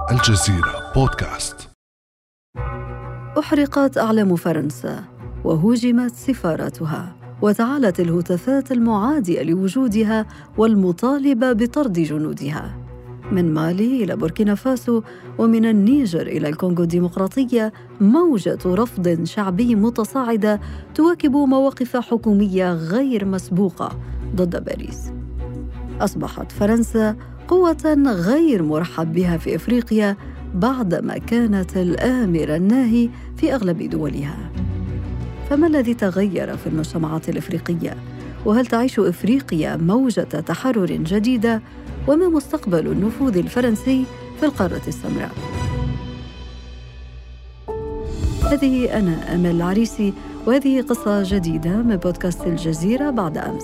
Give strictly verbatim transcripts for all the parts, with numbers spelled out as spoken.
الجزيرة بودكاست. أحرقت أعلام فرنسا وهوجمت سفاراتها، وتعالت الهتافات المعادية لوجودها والمطالبة بطرد جنودها. من مالي إلى بوركينا فاسو ومن النيجر إلى الكونغو الديمقراطية، موجة رفض شعبي متصاعدة تواكب مواقف حكومية غير مسبوقة ضد باريس. أصبحت فرنسا قوة غير مرحب بها في إفريقيا بعدما كانت الآمر الناهي في أغلب دولها. فما الذي تغير في المجتمعات الإفريقية؟ وهل تعيش إفريقيا موجة تحرر جديدة؟ وما مستقبل النفوذ الفرنسي في القارة السمراء؟ هذه أنا أمل العريسي، وهذه قصة جديدة من بودكاست الجزيرة بعد أمس.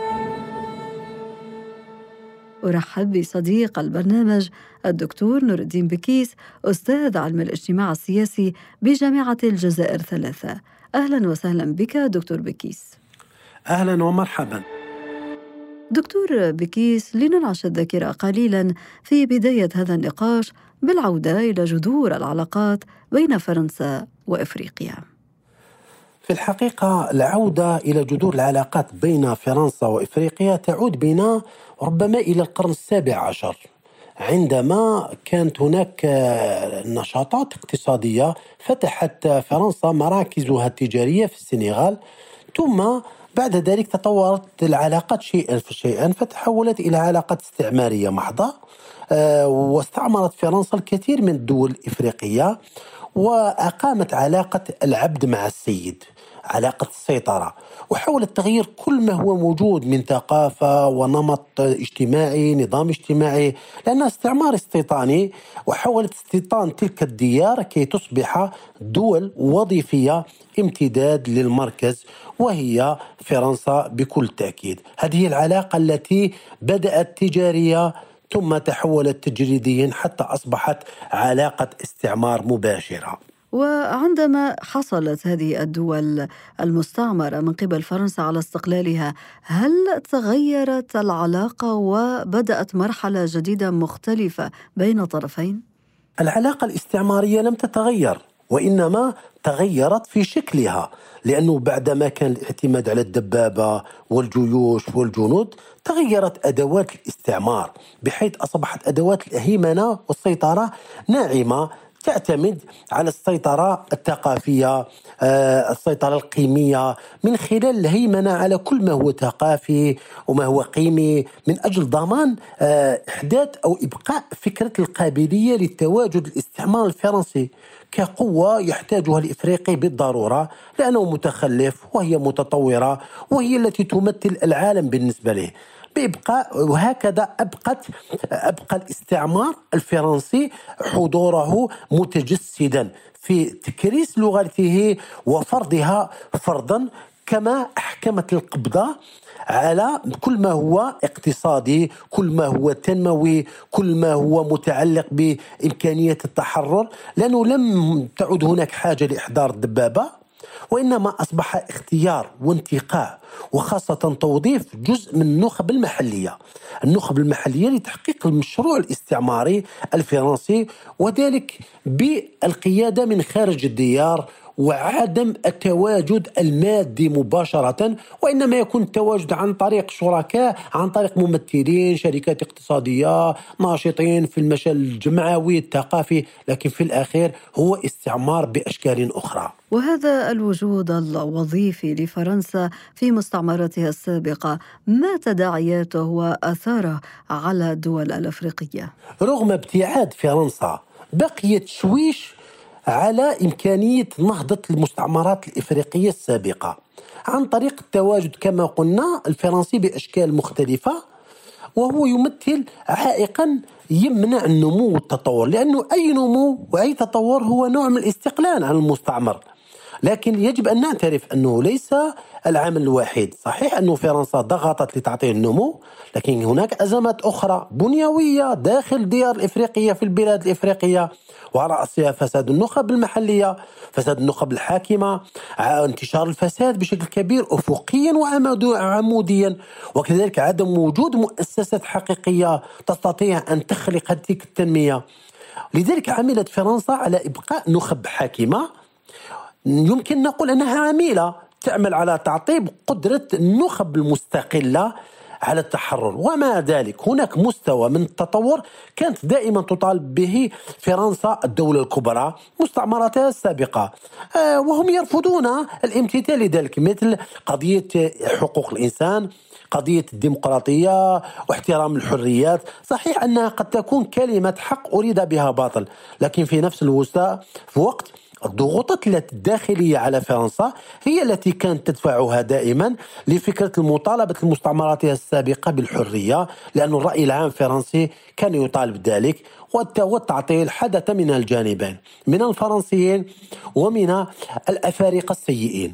أرحب بصديق البرنامج الدكتور نور الدين بكيس، أستاذ علم الاجتماع السياسي بجامعة الجزائر ثلاثة. أهلا وسهلا بك دكتور بكيس. أهلا ومرحبا. دكتور بكيس، لننعش الذاكرة قليلا في بداية هذا النقاش بالعودة إلى جذور العلاقات بين فرنسا وإفريقيا. في الحقيقة العودة إلى جذور العلاقات بين فرنسا وإفريقيا تعود بنا ربما إلى القرن السابع عشر، عندما كانت هناك نشاطات اقتصادية فتحت فرنسا مراكزها التجارية في السنغال، ثم بعد ذلك تطورت العلاقات شيئا فشيئا فتحولت إلى علاقات استعمارية محضة، واستعمرت فرنسا الكثير من الدول الإفريقية وأقامت علاقة العبد مع السيد، علاقة السيطرة، وحاولت تغيير كل ما هو موجود من ثقافة ونمط اجتماعي، نظام اجتماعي، لأنها استعمار استيطاني، وحاولت استيطان تلك الديار كي تصبح دول وظيفية امتداد للمركز وهي فرنسا بكل تأكيد. هذه العلاقة التي بدأت تجارية ثم تحولت تجريديا حتى أصبحت علاقة استعمار مباشرة. وعندما حصلت هذه الدول المستعمرة من قبل فرنسا على استقلالها، هل تغيرت العلاقة وبدأت مرحلة جديدة مختلفة بين الطرفين؟ العلاقة الاستعمارية لم تتغير، وإنما تغيرت في شكلها، لأنه بعدما كان الاعتماد على الدبابة والجيوش والجنود تغيرت أدوات الاستعمار، بحيث أصبحت أدوات الهيمنة والسيطرة ناعمة تعتمد على السيطرة الثقافية، آه، السيطرة القيمية، من خلال الهيمنة على كل ما هو ثقافي وما هو قيمي، من أجل ضمان آه، إحداث أو إبقاء فكرة القابلية للتواجد الاستعمار الفرنسي كقوة يحتاجها الإفريقي بالضرورة، لأنه متخلف وهي متطورة وهي التي تمثل العالم بالنسبة له بإبقاء. وهكذا أبقت أبقى الاستعمار الفرنسي حضوره متجسدا في تكريس لغته وفرضها فرضا، كما أحكمت القبضة على كل ما هو اقتصادي، كل ما هو تنموي، كل ما هو متعلق بإمكانية التحرر، لأنه لم تعد هناك حاجة لإحضار الدبابة، وإنما أصبح اختيار وانتقاء، وخاصة توظيف جزء من النخب المحلية النخب المحلية لتحقيق المشروع الاستعماري الفرنسي، وذلك بالقيادة من خارج الديار وعدم التواجد المادي مباشرة، وإنما يكون التواجد عن طريق شركاء، عن طريق ممثلين، شركات اقتصادية، ناشطين في المجال الجمعوي الثقافي، لكن في الأخير هو استعمار بأشكال أخرى. وهذا الوجود الوظيفي لفرنسا في مستعمراتها السابقة، ما تداعياته وآثاره على الدول الأفريقية؟ رغم ابتعاد فرنسا بقي تشويش على إمكانية نهضة المستعمرات الإفريقية السابقة عن طريق التواجد كما قلنا الفرنسي بأشكال مختلفة، وهو يمثل عائقا يمنع النمو والتطور، لأنه أي نمو وأي تطور هو نوع من الاستقلال عن المستعمر. لكن يجب أن نعترف أنه ليس العامل الوحيد. صحيح أن فرنسا ضغطت لتعطيه النمو، لكن هناك أزمات أخرى بنيوية داخل الديار الإفريقية في البلاد الإفريقية، وعلى رأسها فساد النخب المحلية، فساد النخب الحاكمة، انتشار الفساد بشكل كبير أفقيا وعموديا، وكذلك عدم وجود مؤسسات حقيقية تستطيع أن تخلق تلك التنمية. لذلك عملت فرنسا على إبقاء نخب حاكمة يمكن نقول أنها عميلة تعمل على تعطيب قدرة النخب المستقلة على التحرر. ومع ذلك هناك مستوى من التطور كانت دائما تطالب به فرنسا الدولة الكبرى مستعمراتها السابقة، وهم يرفضون الامتثال لذلك، مثل قضية حقوق الإنسان، قضية الديمقراطية واحترام الحريات. صحيح أنها قد تكون كلمة حق أريد بها باطل، لكن في نفس الوقت في وقت الضغوطات الداخلية على فرنسا هي التي كانت تدفعها دائما لفكرة المطالبة المستعمراتها السابقة بالحرية، لأن الرأي العام الفرنسي كان يطالب ذلك، والتعطيل حدث من الجانبين، من الفرنسيين ومن الأفارقة السيئين.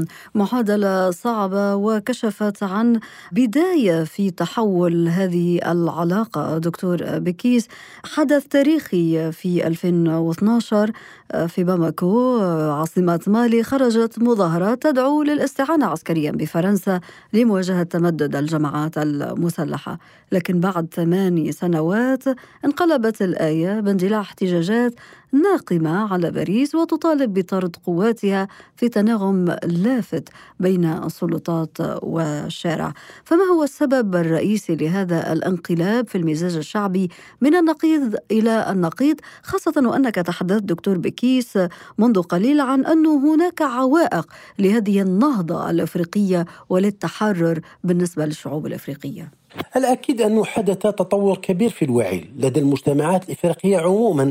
معادلة صعبة وكشفت عن بداية في تحول هذه العلاقة. دكتور بكيس، حدث تاريخي في ألفين واثني عشر في باماكو عاصمة مالي خرجت مظاهرات تدعو للاستعانة عسكريا بفرنسا لمواجهة تمدد الجماعات المسلحة، لكن بعد ثماني سنوات انقلبت الآية باندلاع احتجاجات ناقمة على باريس وتطالب بطرد قواتها في تناغم لافت بين السلطات والشارع. فما هو السبب الرئيسي لهذا الانقلاب في المزاج الشعبي من النقيض إلى النقيض، خاصة وأنك تحدثت دكتور بكيس منذ قليل عن أن هناك عوائق لهذه النهضة الأفريقية وللتحرر بالنسبة للشعوب الأفريقية؟ الأكيد أنه حدث تطور كبير في الوعي لدى المجتمعات الإفريقية عموما،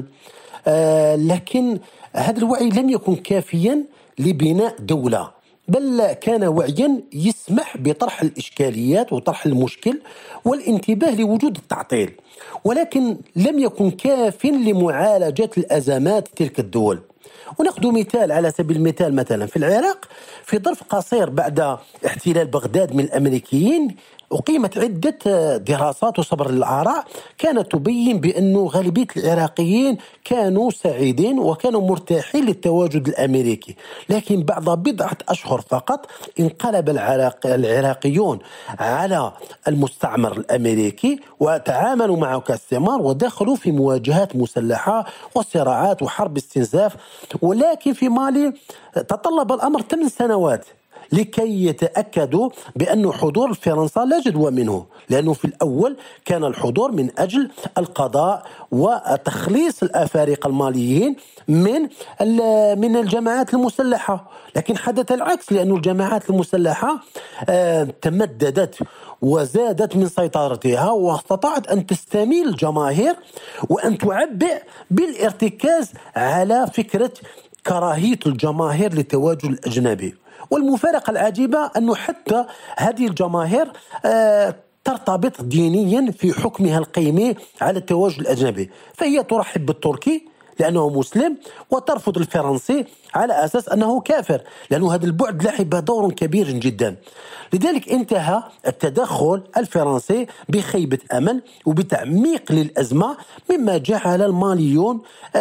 آه لكن هذا الوعي لم يكن كافيا لبناء دولة، بل كان وعيا يسمح بطرح الإشكاليات وطرح المشكل والانتباه لوجود التعطيل، ولكن لم يكن كاف لمعالجة الأزمات تلك الدول. ونأخذ مثال على سبيل المثال، مثلا في العراق في ظرف قصير بعد احتلال بغداد من الأمريكيين أقيمت عدة دراسات وصبر الآراء كانت تبين بأن غالبية العراقيين كانوا سعيدين وكانوا مرتاحين للتواجد الأمريكي، لكن بعد بضعة أشهر فقط انقلب العراق العراقيون على المستعمر الأمريكي وتعاملوا معه كاستعمار ودخلوا في مواجهات مسلحة وصراعات وحرب استنزاف. ولكن في مالي تطلب الأمر ثمان سنوات لكي يتأكدوا بأن حضور فرنسا لا جدوى منه، لأنه في الأول كان الحضور من أجل القضاء وتخليص الأفارقة الماليين من من الجماعات المسلحة، لكن حدث العكس، لأن الجماعات المسلحة تمددت وزادت من سيطرتها واستطاعت أن تستميل الجماهير وأن تعبئ بالارتكاز على فكرة كراهية الجماهير للتواجد الأجنبي. والمفارقة العجيبة أنه حتى هذه الجماهير آه ترتبط دينيا في حكمها القيمي على التواجد الأجنبي، فهي ترحب بالتركي لأنه مسلم وترفض الفرنسي على أساس أنه كافر، لأنه هذا البعد لعب دور كبير جدا. لذلك انتهى التدخل الفرنسي بخيبة أمل وبتعميق للأزمة، مما جعل الماليون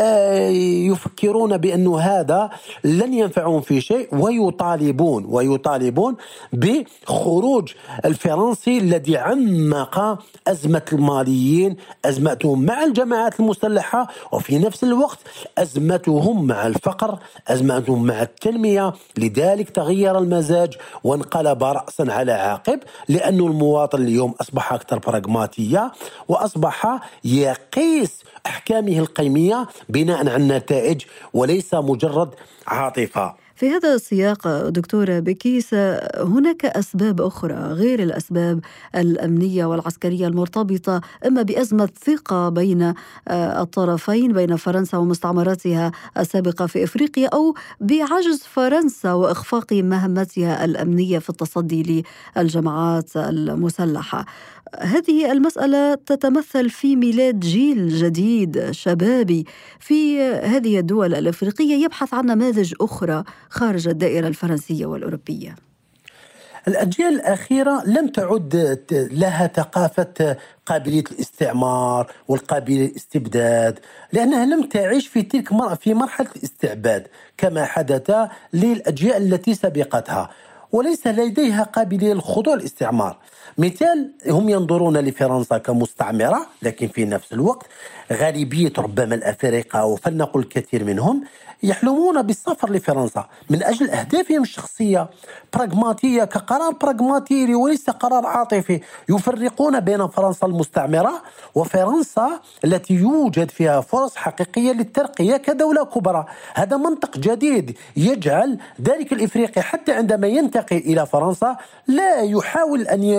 يفكرون بأن هذا لن ينفعهم في شيء، ويطالبون ويطالبون بخروج الفرنسي الذي عمق أزمة الماليين، أزمتهم مع الجماعات المسلحة، وفي نفس الوقت أزمتهم مع الفقر، أزمتهم مع التنمية. لذلك تغير المزاج وانقلب رأسا على عقب، لأن المواطن اليوم أصبح أكثر براغماتية وأصبح يقيس أحكامه القيمية بناء على النتائج وليس مجرد عاطفة. في هذا السياق دكتور بكيس، هناك أسباب أخرى غير الأسباب الأمنية والعسكرية المرتبطة إما بأزمة ثقة بين الطرفين، بين فرنسا ومستعمراتها السابقة في إفريقيا، أو بعجز فرنسا وإخفاق مهمتها الأمنية في التصدي للجماعات المسلحة. هذه المسألة تتمثل في ميلاد جيل جديد شبابي في هذه الدول الأفريقية يبحث عن نماذج أخرى خارج الدائرة الفرنسية والأوروبية. الأجيال الأخيرة لم تعد لها ثقافة قابلية الاستعمار والقابلية الاستبداد، لأنها لم تعيش في تلك في مرحلة الاستعباد كما حدث للأجيال التي سبقتها، وليس لديها قابلية للخضوع للاستعمار. مثال، هم ينظرون لفرنسا كمستعمرة، لكن في نفس الوقت غالبية ربما الأفارقة وفلنقل الكثير منهم يحلمون بالسفر لفرنسا من أجل أهدافهم الشخصية براغماتية، كقرار براغماتي وليس قرار عاطفي. يفرقون بين فرنسا المستعمرة وفرنسا التي يوجد فيها فرص حقيقية للترقية كدولة كبرى. هذا منطق جديد يجعل ذلك الإفريقي حتى عندما ينتقل إلى فرنسا لا يحاول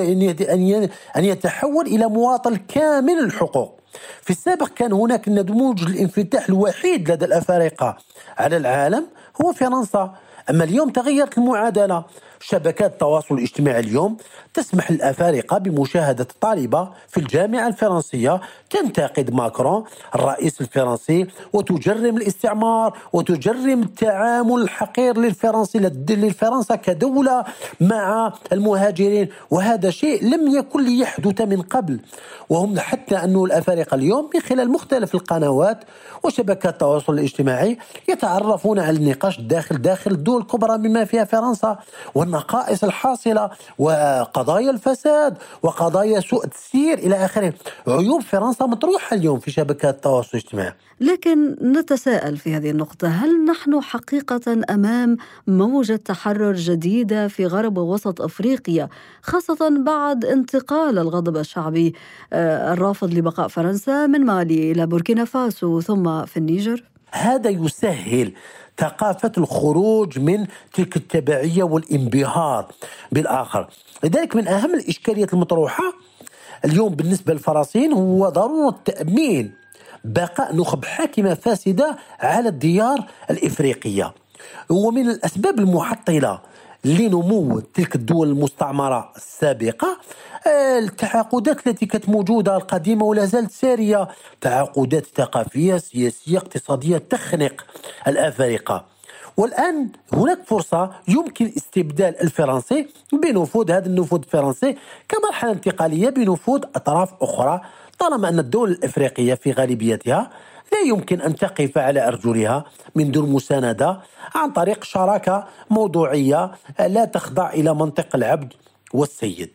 أن يتحول إلى مواطن كامل الحقوق. في السابق كان هناك نموذج الانفتاح الوحيد لدى الأفارقة على العالم هو فرنسا، أما اليوم تغيرت المعادلة. شبكات التواصل الاجتماعي اليوم تسمح للأفارقة بمشاهدة طالبة في الجامعة الفرنسية تنتقد ماكرون الرئيس الفرنسي وتجرم الاستعمار وتجرم التعامل الحقير للفرنسي للفرنسا كدولة مع المهاجرين، وهذا شيء لم يكن ليحدث من قبل. وهم حتى أن الأفارقة اليوم من خلال مختلف القنوات وشبكات التواصل الاجتماعي يتعرفون على النقاش داخل داخل الدول الكبرى بما فيها فرنسا والنقائص الحاصلة وقضايا الفساد وقضايا سوء التسيير إلى آخره. عيوب فرنسا مطروحة اليوم في شبكات التواصل الاجتماعي. لكن نتساءل في هذه النقطة، هل نحن حقيقة أمام موجة تحرر جديدة في غرب ووسط أفريقيا، خاصة بعد انتقال الغضب الشعبي الرافض لبقاء فرنسا من مالي إلى بوركينا فاسو ثم في النيجر؟ هذا يسهل ثقافة الخروج من تلك التبعية والانبهار بالآخر. لذلك من أهم الإشكاليات المطروحة اليوم بالنسبة للفرنسيين هو ضرورة تأمين بقاء نخب حاكمة فاسدة على الديار الإفريقية. ومن الأسباب المحطلة لنمو تلك الدول المستعمرة السابقة التعاقدات التي كانت موجودة القديمة ولا زالت سارية، تعاقدات ثقافية سياسية اقتصادية تخنق الأفارقة. والآن هناك فرصة يمكن استبدال الفرنسي بنفوذ هذا النفوذ الفرنسي كمرحلة انتقالية بنفوذ أطراف أخرى، طالما أن الدول الإفريقية في غالبيتها لا يمكن أن تقف على أرجلها من دون مساندة عن طريق شراكة موضوعية لا تخضع إلى منطق العبد والسيد.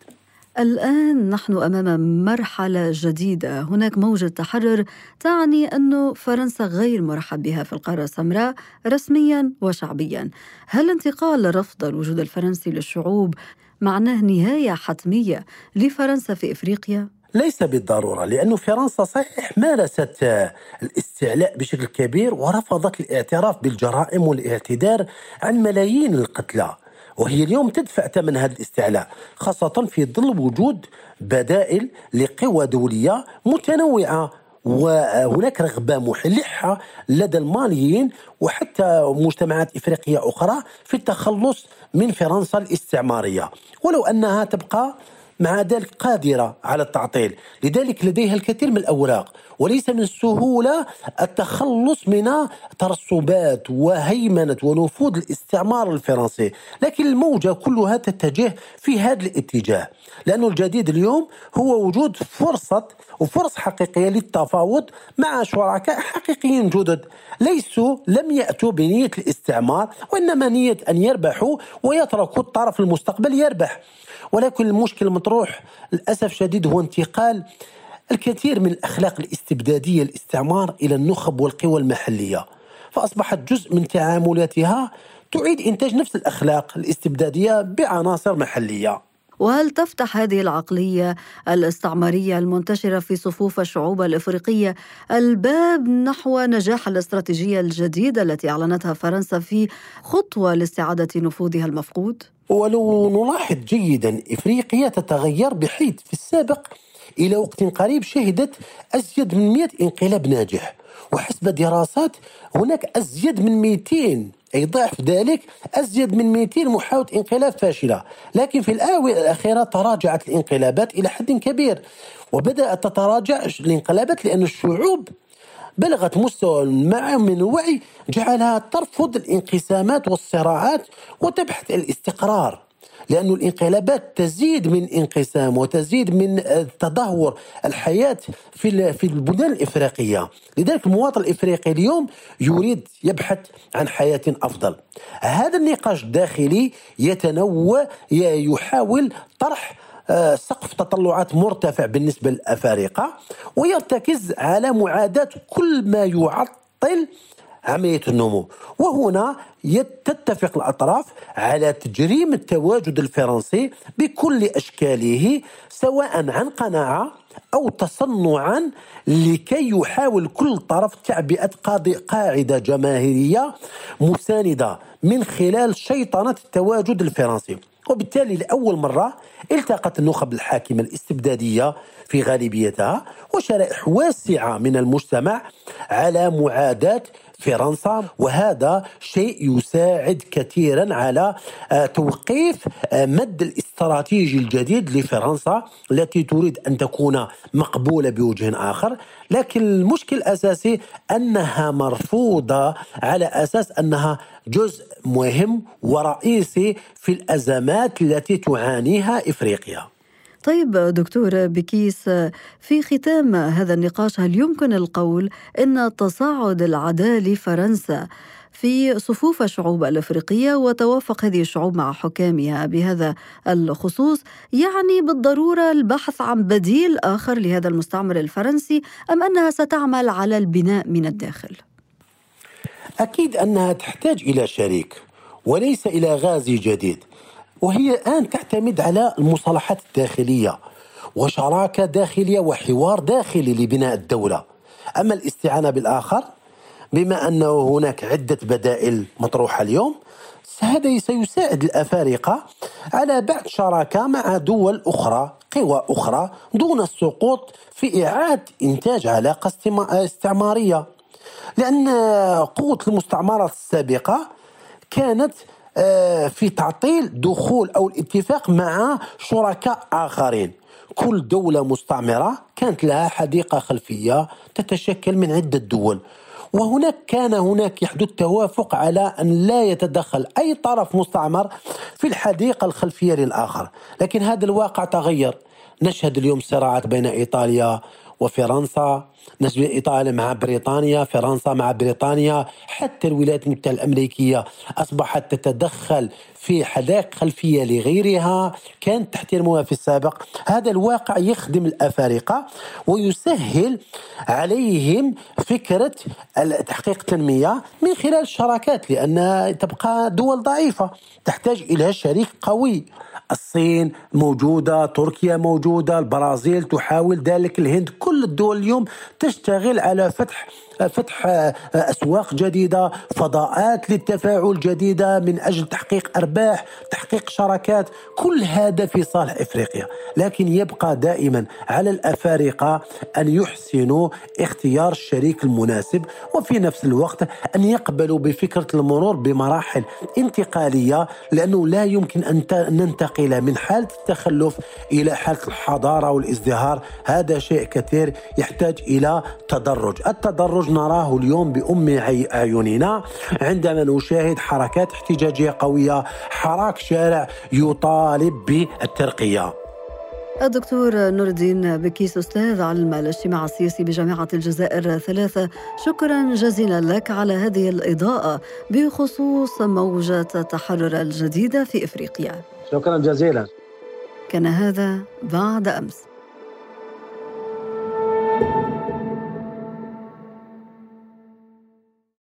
الآن نحن أمام مرحلة جديدة، هناك موجة تحرر تعني أن فرنسا غير مرحب بها في القارة السمراء رسميا وشعبيا. هل انتقال رفض الوجود الفرنسي للشعوب معناه نهاية حتمية لفرنسا في إفريقيا؟ ليس بالضرورة، لأن فرنسا صحيح مارست الاستعلاء بشكل كبير ورفضت الاعتراف بالجرائم والاعتذار عن ملايين القتلى، وهي اليوم تدفع ثمن هذا الاستعلاء، خاصة في ظل وجود بدائل لقوى دولية متنوعة. وهناك رغبة ملحة لدى الماليين وحتى مجتمعات إفريقية أخرى في التخلص من فرنسا الاستعمارية، ولو أنها تبقى مع ذلك قادرة على التعطيل. لذلك لديها الكثير من الأوراق، وليس من السهولة التخلص من ترسبات وهيمنة ونفوذ الاستعمار الفرنسي، لكن الموجة كلها تتجه في هذا الاتجاه، لأنه الجديد اليوم هو وجود فرصة وفرص حقيقية للتفاوض مع شركاء حقيقيين جدد ليسوا لم يأتوا بنية الاستعمار، وإنما نية أن يربحوا ويتركوا الطرف المستقبل يربح. ولكن المشكل المطروح للأسف شديد هو انتقال الكثير من الأخلاق الاستبدادية الاستعمار إلى النخب والقوى المحلية، فأصبحت جزء من تعاملاتها تعيد إنتاج نفس الأخلاق الاستبدادية بعناصر محلية. وهل تفتح هذه العقلية الاستعمارية المنتشرة في صفوف الشعوب الإفريقية الباب نحو نجاح الاستراتيجية الجديدة التي أعلنتها فرنسا في خطوة لاستعادة نفوذها المفقود؟ ولو نلاحظ جيدا إفريقيا تتغير، بحيث في السابق إلى وقت قريب شهدت أزيد من مئة انقلاب ناجح، وحسب دراسات هناك أزيد من مئتين أي ضعف ذلك أزيد من مئتين محاولة انقلاب فاشلة. لكن في الآونة الأخيرة تراجعت الانقلابات إلى حد كبير، وبدأت تتراجع الانقلابات لأن الشعوب بلغت مستوى ما من الوعي جعلها ترفض الانقسامات والصراعات وتبحث الاستقرار، لأن الانقلابات تزيد من انقسام وتزيد من تدهور الحياة في في البلدان الإفريقية. لذلك المواطن الإفريقي اليوم يريد يبحث عن حياة أفضل. هذا النقاش الداخلي يتنوع، يحاول طرح سقف تطلعات مرتفع بالنسبة للأفارقة، ويرتكز على معاداة كل ما يعطل عملية النمو. وهنا تتفق الأطراف على تجريم التواجد الفرنسي بكل أشكاله، سواء عن قناعة أو تصنعا، لكي يحاول كل طرف تعبئة قاعدة جماهيرية مساندة من خلال شيطنة التواجد الفرنسي. وبالتالي لأول مرة التقت النخب الحاكمة الاستبدادية في غالبيتها وشرائح واسعة من المجتمع على معاداة فرنسا، وهذا شيء يساعد كثيرا على توقيف مد الاستراتيجي الجديد لفرنسا التي تريد أن تكون مقبولة بوجه آخر. لكن المشكل الأساسي أنها مرفوضة على أساس أنها جزء مهم ورئيسي في الأزمات التي تعانيها إفريقيا. طيب دكتور بكيس، في ختام هذا النقاش، هل يمكن القول أن تصاعد العداء لفرنسا في صفوف الشعوب الأفريقية وتوافق هذه الشعوب مع حكامها بهذا الخصوص يعني بالضرورة البحث عن بديل آخر لهذا المستعمر الفرنسي، أم أنها ستعمل على البناء من الداخل؟ أكيد أنها تحتاج إلى شريك وليس إلى غازي جديد، وهي الآن تعتمد على المصالحات الداخلية وشراكة داخلية وحوار داخلي لبناء الدولة. أما الاستعانة بالآخر، بما أنه هناك عدة بدائل مطروحة اليوم، هذا سيساعد الأفارقة على بعض شراكة مع دول أخرى، قوى أخرى، دون السقوط في إعادة إنتاج علاقة استعمارية. لأن قوة المستعمرات السابقة كانت في تعطيل دخول أو الاتفاق مع شركاء آخرين. كل دولة مستعمرة كانت لها حديقة خلفية تتشكل من عدة دول، وهناك كان هناك يحدث توافق على أن لا يتدخل أي طرف مستعمر في الحديقة الخلفية للآخر. لكن هذا الواقع تغير. نشهد اليوم صراعات بين إيطاليا وفرنسا، نشهد إيطاليا مع بريطانيا، فرنسا مع بريطانيا، حتى الولايات المتحدة الأمريكية أصبحت تتدخل في حدائق خلفية لغيرها كانت تحترمها في السابق. هذا الواقع يخدم الأفارقة ويسهل عليهم فكرة تحقيق تنمية من خلال الشراكات، لأن تبقى دول ضعيفة تحتاج إلى شريك قوي. الصين موجودة، تركيا موجودة، البرازيل تحاول ذلك، الهند، كل الدول اليوم تشتغل على فتح فتح أسواق جديدة، فضاءات للتفاعل جديدة من أجل تحقيق أرباح، تحقيق شراكات. كل هذا في صالح إفريقيا، لكن يبقى دائما على الأفارقة أن يحسنوا اختيار الشريك المناسب، وفي نفس الوقت أن يقبلوا بفكرة المرور بمراحل انتقالية، لأنه لا يمكن أن ننتقل من حالة التخلف إلى حالة الحضارة والازدهار. هذا شيء كثير يحتاج إلى تدرج. التدرج نراه اليوم بأم أعيننا عندما نشاهد حركات احتجاجية قوية، حراك شارع يطالب بالترقية. الدكتور نور الدين بكيس، أستاذ علم الاجتماع السياسي بجامعة الجزائر ثلاثة، شكرا جزيلا لك على هذه الإضاءة بخصوص موجة التحرر الجديدة في إفريقيا. شكرا جزيلا. كان هذا بعد أمس.